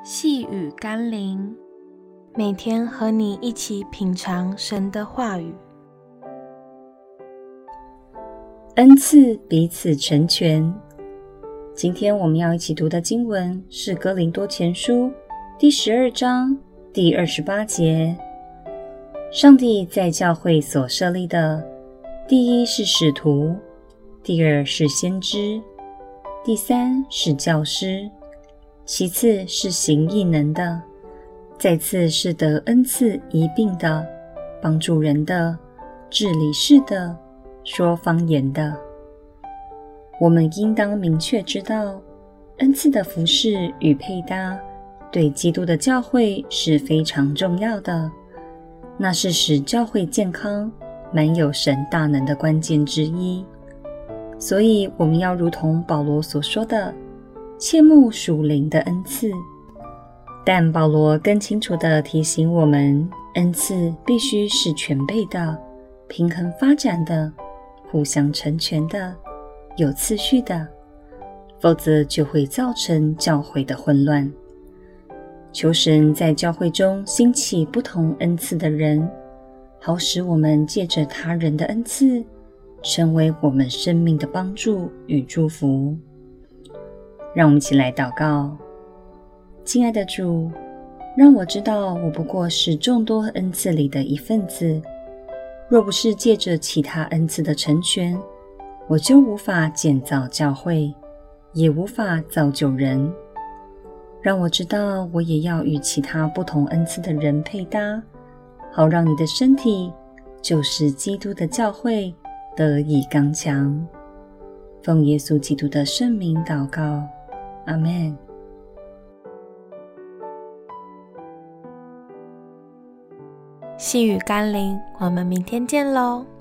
细雨甘霖，每天和你一起品尝神的话语。 恩赐彼此成全。今天我们要一起读的经文是哥林多前书第12章第28节。上帝在教会所设立的，第一是使徒，第二是先知，第三是教师，其次是行异能的，再次是得恩赐医病的，帮助人的，治理事的，说方言的。我们应当明确知道，恩赐的服事与配搭对基督的教会是非常重要的，那是使教会健康、满有神大能的关键之一。所以我们要如同保罗所说的，切慕属灵的恩赐。但保罗更清楚地提醒我们，恩赐必须是全备的、平衡发展的、互相成全的、有次序的，否则就会造成教会的混乱。求神在教会中兴起不同恩赐的人，好使我们借着他人的恩赐，成为我们生命的帮助与祝福。让我们一起来祷告。亲爱的主，让我知道我不过是众多恩赐里的一份子，若不是借着其他恩赐的成全，我就无法建造教会，也无法造就人。让我知道我也要与其他不同恩赐的人配搭，好让你的身体，就是基督的教会，得以刚强。奉耶稣基督的圣名祷告，阿们。 细雨甘霖，我们明天见咯。